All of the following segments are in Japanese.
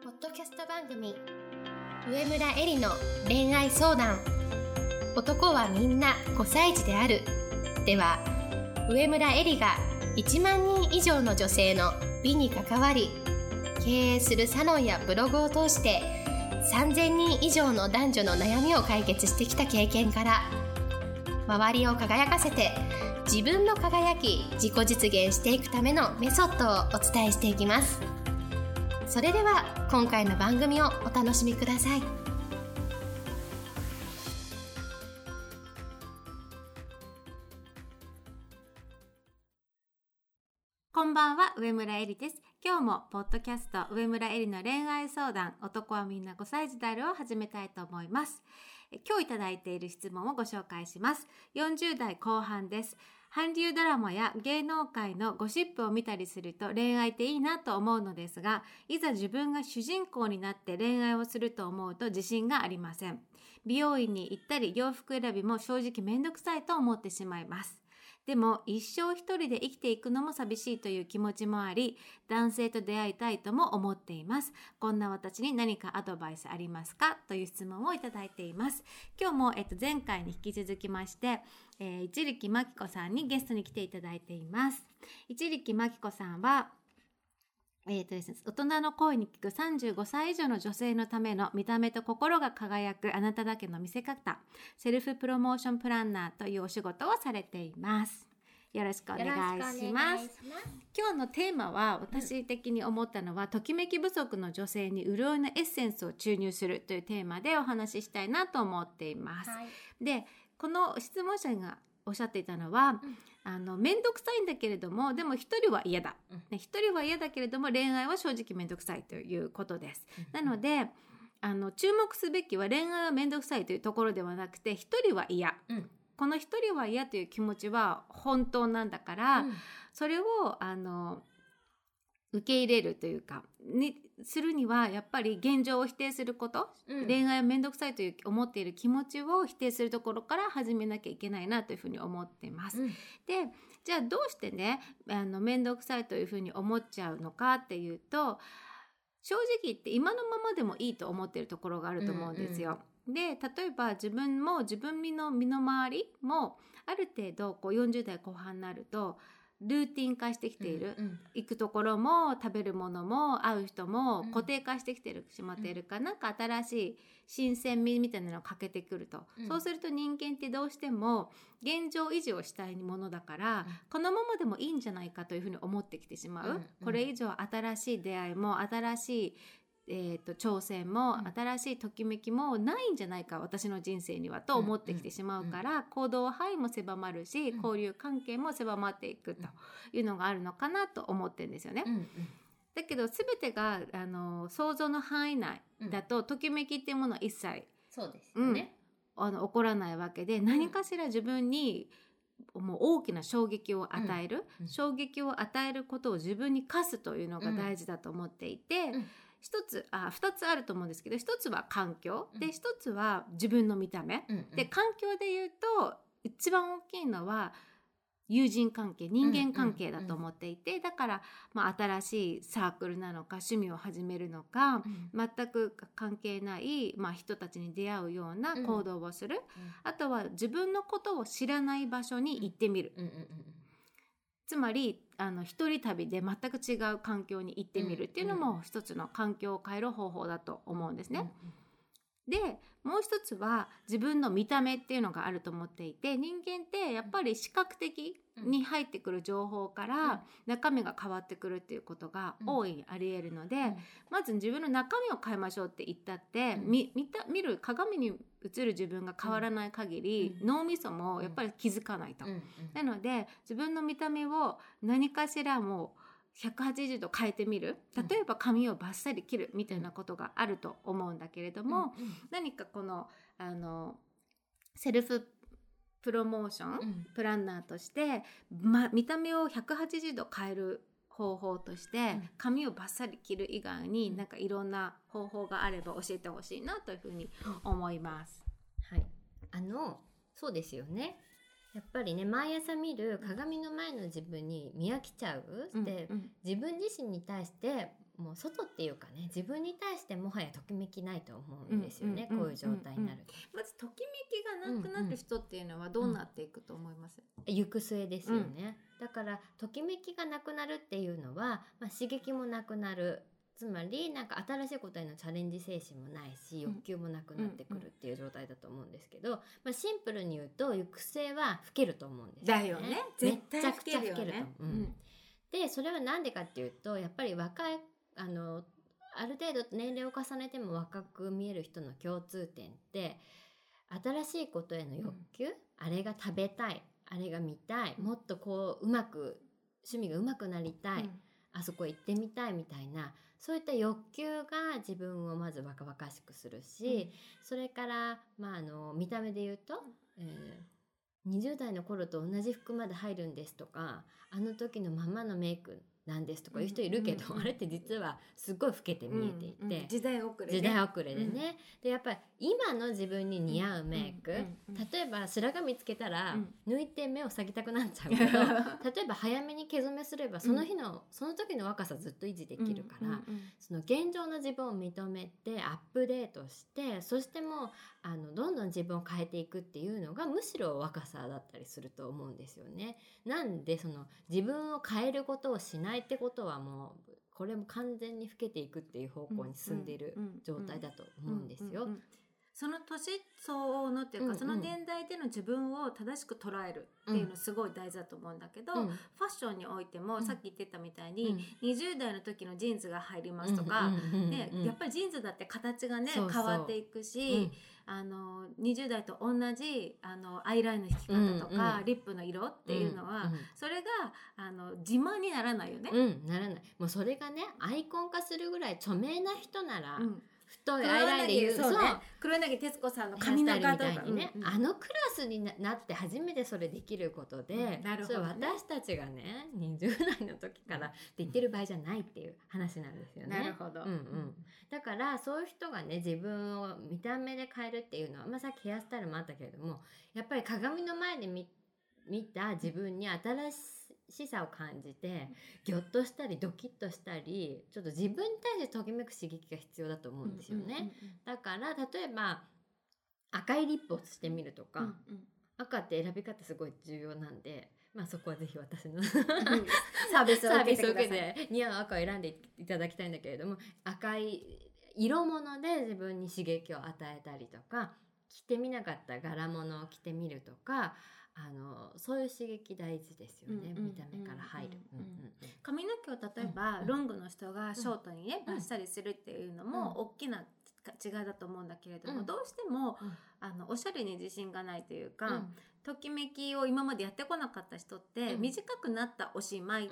ポッドキャスト番組上村えりの恋愛相談。男はみんな5歳児である。では、上村えりが1万人以上の女性の美に関わり、経営するサロンやブログを通して3000人以上の男女の悩みを解決してきた経験から、周りを輝かせて自分も輝き自己実現していくためのメソッドをお伝えしていきます。それでは今回の番組をお楽しみください。 こんばんは、上村えりです。今日もポッドキャスト上村えりの恋愛相談、男はみんな5歳児であるを始めたいと思います。今日いただいている質問をご紹介します。40代後半です。韓流ドラマや芸能界のゴシップを見たりすると恋愛っていいなと思うのですが、いざ自分が主人公になって恋愛をすると思うと自信がありません。美容院に行ったり洋服選びも正直めんどくさいと思ってしまいます。でも一生一人で生きていくのも寂しいという気持ちもあり、男性と出会いたいとも思っています。こんな私に何かアドバイスありますかという質問をいただいています。今日も前回に引き続きまして、一力真紀子さんにゲストに来ていただいています。一力真紀子さんは大人の声に聞く35歳以上の女性のための見た目と心が輝くあなただけの見せ方、セルフプロモーションプランナーというお仕事をされています。よろしくお願いします。今日のテーマは、私的に思ったのは、ときめき不足の女性に潤いのエッセンスを注入するというテーマでお話ししたいなと思っています。はい、で、この質問者がおっしゃっていたのは、めんどくさいんだけれども、でも一人は嫌だ、一人は嫌だけれども恋愛は正直めんどくさいということです。なので注目すべきは恋愛はめんどくさいというところではなくて、一人は嫌、この一人は嫌という気持ちは本当なんだから、それを受け入れるというかにするには、やっぱり現状を否定すること、恋愛はめんどくさいという思っている気持ちを否定するところから始めなきゃいけないなというふうに思っています。で、じゃあどうしてねめんどくさいというふうに思っちゃうのかっていうと、正直言って今のままでもいいと思っているところがあると思うんですよ。で、例えば自分の身の回りもある程度40代後半になるとルーティン化してきている、行くところも食べるものも会う人も固定化してきてしまっているから、なんか新しい新鮮味みたいなのを欠けてくると、そうすると人間ってどうしても現状維持をしたいものだから、このままでもいいんじゃないかというふうに思ってきてしまう、これ以上新しい出会いも新しい挑戦も新しいときめきもないんじゃないか、私の人生にはと思ってきてしまうから、行動範囲も狭まるし、交流関係も狭まっていくというのがあるのかなと思ってるんですよね。だけど全てが想像の範囲内だと、ときめきっていうものは一切そうですよね、 起こらないわけで、何かしら自分にもう大きな衝撃を与える、衝撃を与えることを自分に課すというのが大事だと思っていて、2つあると思うんですけど、1つは環境で、1つは自分の見た目、で、環境で言うと一番大きいのは友人関係、人間関係だと思っていて、だから、新しいサークルなのか趣味を始めるのか、全く関係ない、人たちに出会うような行動をする、あとは自分のことを知らない場所に行ってみる、つまり一人旅で全く違う環境に行ってみるっていうのも一つの環境を変える方法だと思うんですね。で、もう一つは自分の見た目っていうのがあると思っていて、人間ってやっぱり視覚的に入ってくる情報から中身が変わってくるっていうことが大いにあり得るので、まず自分の中身を変えましょうって言ったって、見る鏡に映る自分が変わらない限り、脳みそもやっぱり気づかないと、なので自分の見た目を何かしらもう180度変えてみる、例えば髪をバッサリ切るみたいなことがあると思うんだけれども、何かこのセルフプロモーションプランナーとして、見た目を180度変える方法として、髪をバッサリ切る以外になんかいろんな方法があれば教えてほしいなというふうに思います。 はい、そうですよね。やっぱりね、毎朝見る鏡の前の自分に見飽きちゃう、で自分自身に対してもう外っていうかね、自分に対してもはやときめきないと思うんですよね、こういう状態になると。 まずときめきがなくなる人っていうのはどうなっていくと思います？ 行く末ですよね、だからときめきがなくなるっていうのは、刺激もなくなる、つまりなんか新しいことへのチャレンジ精神もないし、欲求もなくなってくるっていう状態だと思うんですけど、シンプルに言うと行く末は老けると思うんですよね。 だよね、絶対老けるよね。 めちゃくちゃ老けると思う、でそれはなんでかっていうと、やっぱり若いある程度年齢を重ねても若く見える人の共通点って、新しいことへの欲求、あれが食べたい、あれが見たい、もっとこう趣味が上手くなりたい、あそこ行ってみたいみたいな、そういった欲求が自分をまず若々しくするし、それから、見た目で言うと、20代の頃と同じ服まで入るんですとか、あの時のままのメイクなんですとかいう人いるけど、あれって実はすごい老けて見えていて、 時代遅れでね、 でやっぱり今の自分に似合うメイク、例えば白髪見つけたら、抜いて目を塞ぎたくなっちゃうけど例えば早めに毛染めすればその時の若さずっと維持できるから、その現状の自分を認めてアップデートして、そしてもうどんどん自分を変えていくっていうのがむしろ若さだったりすると思うんですよね。なんでその自分を変えることをしないってことは、もうこれも完全に老けていくっていう方向に進んでいる状態だと思うんですよ。 その年相応のっていうか、その年代での自分を正しく捉えるっていうのすごい大事だと思うんだけど、ファッションにおいても、さっき言ってたみたいに、20代の時のジーンズが入りますとか、やっぱりジーンズだって形がね変わっていくし、20代と同じアイラインの引き方とか、リップの色っていうのは、それが自慢にならないよね。 ならない。もうそれがねアイコン化するぐらい著名な人なら、太いアイラインで言う、 黒柳徹子さんの髪の毛とかね、あのクラスになって初めてそれできることで、それ私たちがね20代の時からって言ってる場合じゃないっていう話なんですよね。 なるほど、 だからそういう人がね自分を見た目で変えるっていうのは、さっきヘアスタイルもあったけれども、やっぱり鏡の前で見た自分に新しさを感じて、ギョッとしたりドキッとしたり、ちょっと自分に対してときめく刺激が必要だと思うんですよね。だから例えば赤いリップをしてみるとか、赤って選び方すごい重要なんで、そこはぜひ私のサービスを受けて似合う赤を選んでいただきたいんだけれども、赤い色物で自分に刺激を与えたりとか、着てみなかった柄物を着てみるとか、そういう刺激大事ですよね、見た目から入る。 髪の毛を例えば、ロングの人がショートにねバッサリするっていうのも大きな違いだと思うんだけれども、どうしてもおしゃれに自信がないというか、ときめきを今までやってこなかった人って、短くなったおしまいって、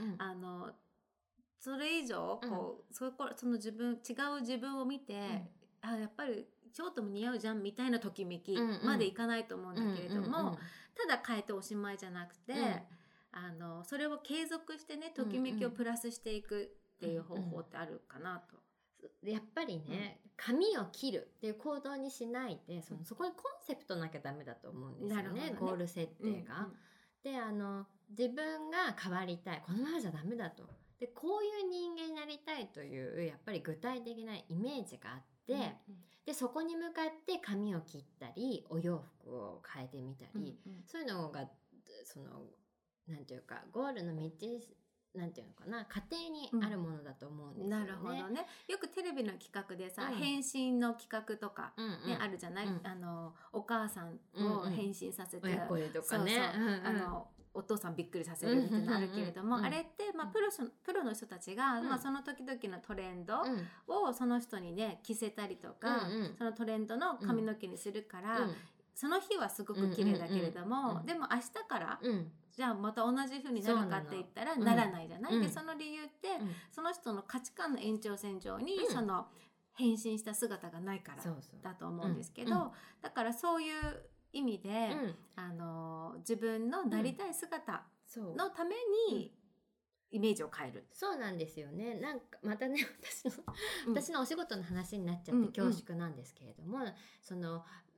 それ以上こう、その違う自分を見て、やっぱりショートも似合うじゃんみたいなときめきまでいかないと思うんだけれども、ただ変えておしまいじゃなくて、それを継続してね、ときめきをプラスしていくっていう方法ってあるかなと。 やっぱりね、髪を切るっていう行動にしないで、そこにコンセプトなきゃダメだと思うんですよね、ゴール設定が。で自分が変わりたい、このままじゃダメだと、でこういう人間になりたいというやっぱり具体的なイメージがあって、でそこに向かって髪を切ったりお洋服を変えてみたり、そういうのがなんていうかゴールの道、なんていうのかな、過程にあるものだと思うんですよね。 なるほどね。よくテレビの企画でさ、変身の企画とか、ねあるじゃない、お母さんを変身させて、 親子でとかね、 お父さんびっくりさせるみたいなのあるけれども、あれって、プロの人たちが、その時々のトレンドをその人にね着せたりとか、そのトレンドの髪の毛にするから、その日はすごく綺麗だけれども、でも明日から、じゃあまた同じ風になるかって言ったらならないじゃない。でその理由って、その人の価値観の延長線上に、その変身した姿がないからだと思うんですけど、だからそういう意味で、自分のなりたい姿のためにイメージを変える。 そうなんですよね。なんかまたね、私のお仕事の話になっちゃって恐縮なんですけれども、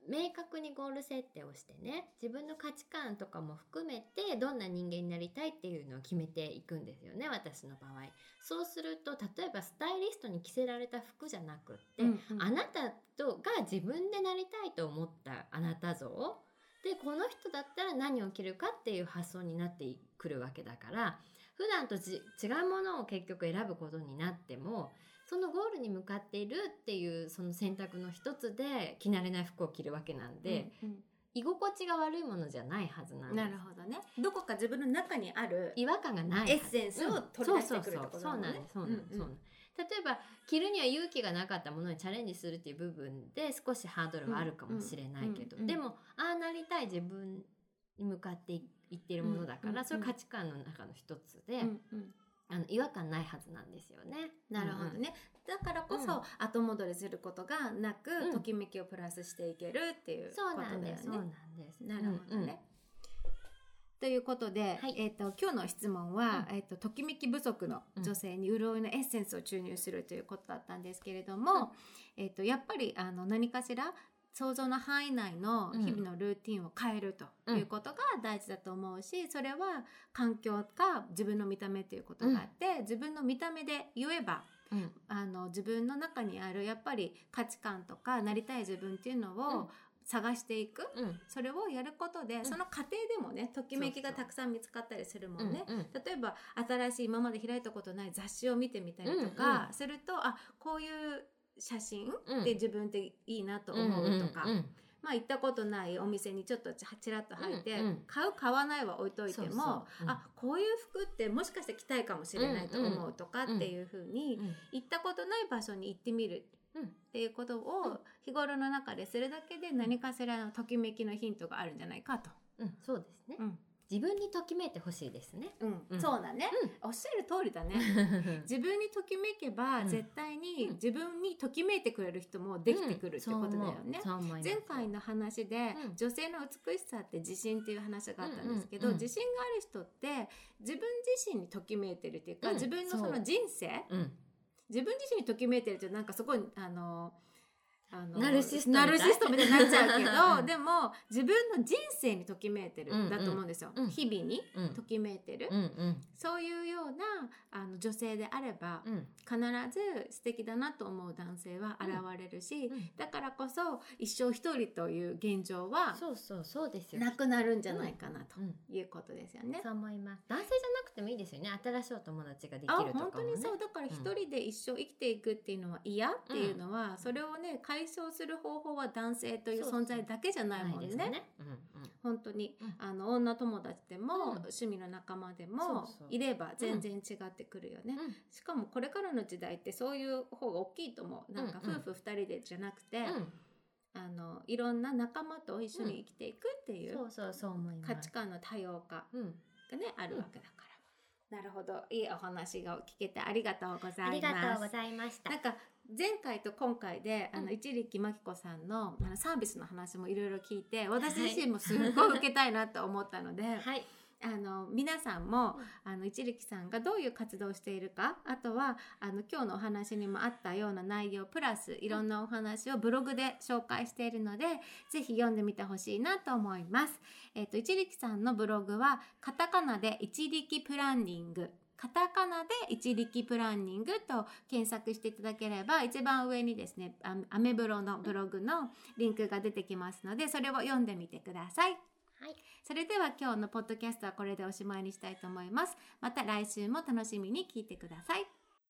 明確にゴール設定をしてね、自分の価値観とかも含めてどんな人間になりたいっていうのを決めていくんですよね、私の場合。そうすると例えばスタイリストに着せられた服じゃなくって、あなたが自分でなりたいと思ったあなた像で、この人だったら何を着るかっていう発想になってくるわけだから、普段と違うものを結局選ぶことになっても、そのゴールに向かっているっていうその選択の一つで着慣れない服を着るわけなんで、居心地が悪いものじゃないはずなんです。 なるほどね。どこか自分の中にある違和感がないエッセンスを取り出してくるってことだもんね。 そうなんです。例えば着るには勇気がなかったものにチャレンジするっていう部分で少しハードルはあるかもしれないけど、でもああなりたい自分に向かっていっているものだから、それ価値観の中の一つで、違和感ないはずなんですよね。 なるほどね。だからこそ後戻りすることがなく、ときめきをプラスしていけるっていうことだよね。 そうなんです。 なるほどね。ということで、今日の質問は、ときめき不足の女性に潤いのエッセンスを注入するということだったんですけれども、やっぱり何かしら想像の範囲内の日々のルーティンを変えるということが大事だと思うし、それは環境か自分の見た目ということがあって、自分の見た目で言えば、自分の中にあるやっぱり価値観とかなりたい自分っていうのを探していく、それをやることで、その過程でもね、ときめきがたくさん見つかったりするもんね。例えば新しい今まで開いたことない雑誌を見てみたりとかすると、こういう写真で自分っていいなと思うとか、行ったことないお店にちょっとちらっと入って、買う買わないは置いといても、こういう服ってもしかして着たいかもしれないと思うとかっていう風に、行ったことない場所に行ってみるっていうことを日頃の中でするだけで、何かしらのときめきのヒントがあるんじゃないかと。 そうですね。自分にときめいてほしいですね。 そうだね、おっしゃる通りだね。自分にときめけば、絶対に自分にときめいてくれる人もできてくるってことだよね。前回の話で、女性の美しさって自信っていう話があったんですけど、自信がある人って自分自身にときめいてるっていうか、自分のその人生、自分自身にときめいてるってなんかすごいナルシストみたいになっちゃうけどでも自分の人生にときめいてるだと思うんですよ。日々にときめいてる、そういうような女性であれば、必ず素敵だなと思う男性は現れるし、だからこそ一生一人という現状はなくなるんじゃないかなということですよね。 そう思います。男性じゃなくてもいいですよね。新しいお友達ができるとかもね。 本当にそう。だから一人で一生生きていくっていうのは嫌っていうのは、それをね解消する方法は男性という存在だけじゃないもんね。本当に女友達でも、趣味の仲間でもいれば全然違ってくるよね。しかもこれからの時代ってそういう方が大きいと思う。なんか夫婦2人でじゃなくて、いろんな仲間と一緒に生きていくっていう価値観の多様化がね、あるわけだから。なるほど、いいお話が聞けてありがとうございます。 ありがとうございました。 なんか前回と今回で一力真紀子さんのサービスの話もいろいろ聞いて、私自身もすごい受けたいなと思ったので、皆さんも一力さんがどういう活動をしているか、あとは今日のお話にもあったような内容プラスいろんなお話をブログで紹介しているので、ぜひ読んでみてほしいなと思います。一力さんのブログはカタカナで一力プランニング、カタカナで一力プランニングと検索していただければ、一番上にですね、アメブロのブログのリンクが出てきますので、それを読んでみてください。それでは今日のポッドキャストはこれでおしまいにしたいと思います。また来週も楽しみに聞いてください。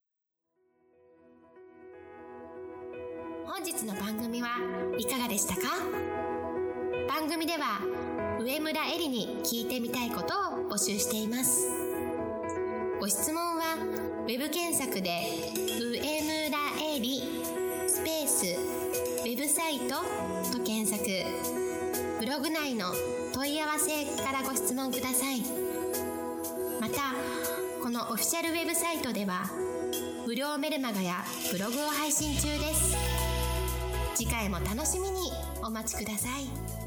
本日の番組はいかがでしたか？番組では上村えりに聞いてみたいことを募集しています。ご質問はウェブ検索で上村えりスペースウェブサイトと検索、ブログ内の問い合わせからご質問ください。またこのオフィシャルウェブサイトでは無料メルマガやブログを配信中です。次回も楽しみにお待ちください。